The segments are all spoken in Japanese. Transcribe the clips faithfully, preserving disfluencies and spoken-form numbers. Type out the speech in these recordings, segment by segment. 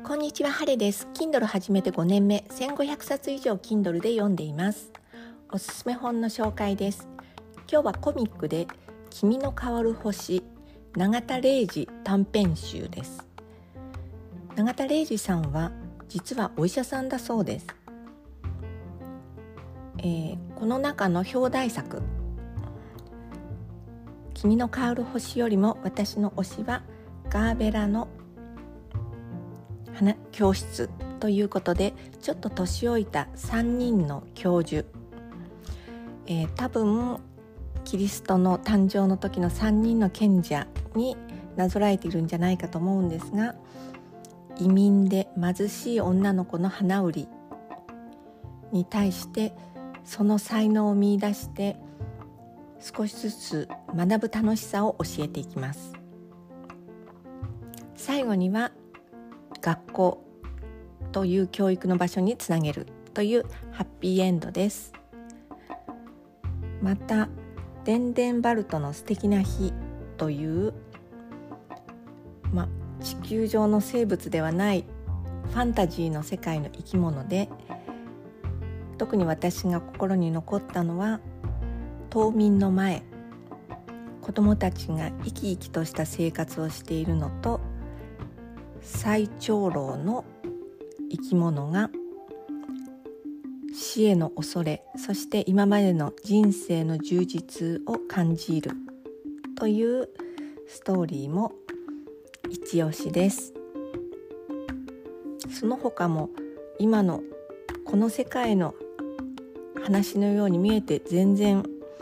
こんにちは、ハレです。Kindle 始めてごねんめ、せんごひゃくさつ以上 Kindle で読んでいます。おすすめ本の紹介です。今日はコミックで君の変わる星、永田玲二短編集です。永田玲二さんは実はお医者さんだそうです。えー、この中の表題作、君の変わる星よりも私の推しはガーベラの花教室ということで、ちょっと年老いたさんにんの教授、えー、多分キリストの誕生の時のさんにんの賢者になぞらえているんじゃないかと思うんですが、移民で貧しい女の子の花売りに対してその才能を見出して少しずつ学ぶ楽しさを教えていきます。最後には学校という教育の場所につなげるというハッピーエンドです。またデンデンバルトの素敵な日という、ま、地球上の生物ではないファンタジーの世界の生き物で、特に私が心に残ったのは冬眠の前、子どもたちが生き生きとした生活をしているのと、最長老の生き物が死への恐れ、そして今までの人生の充実を感じるというストーリーも一押しです。その他も今のこの世界の話のように見えて全然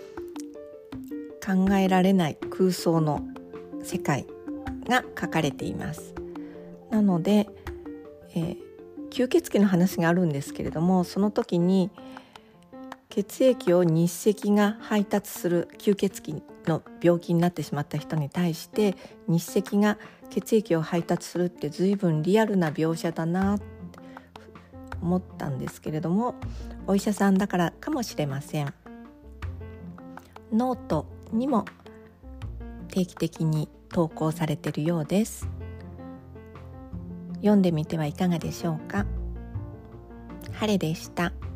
考えられない空想の世界が書かれています。なので、えー、吸血鬼の話があるんですけれども、その時に血液を日赤が配達する、吸血鬼の病気になってしまった人に対して日赤が血液を配達するって随分リアルな描写だなと思ったんですけれども、お医者さんだからかもしれません。ノートにも定期的に投稿されているようです。読んでみてはいかがでしょうか。ハレでした。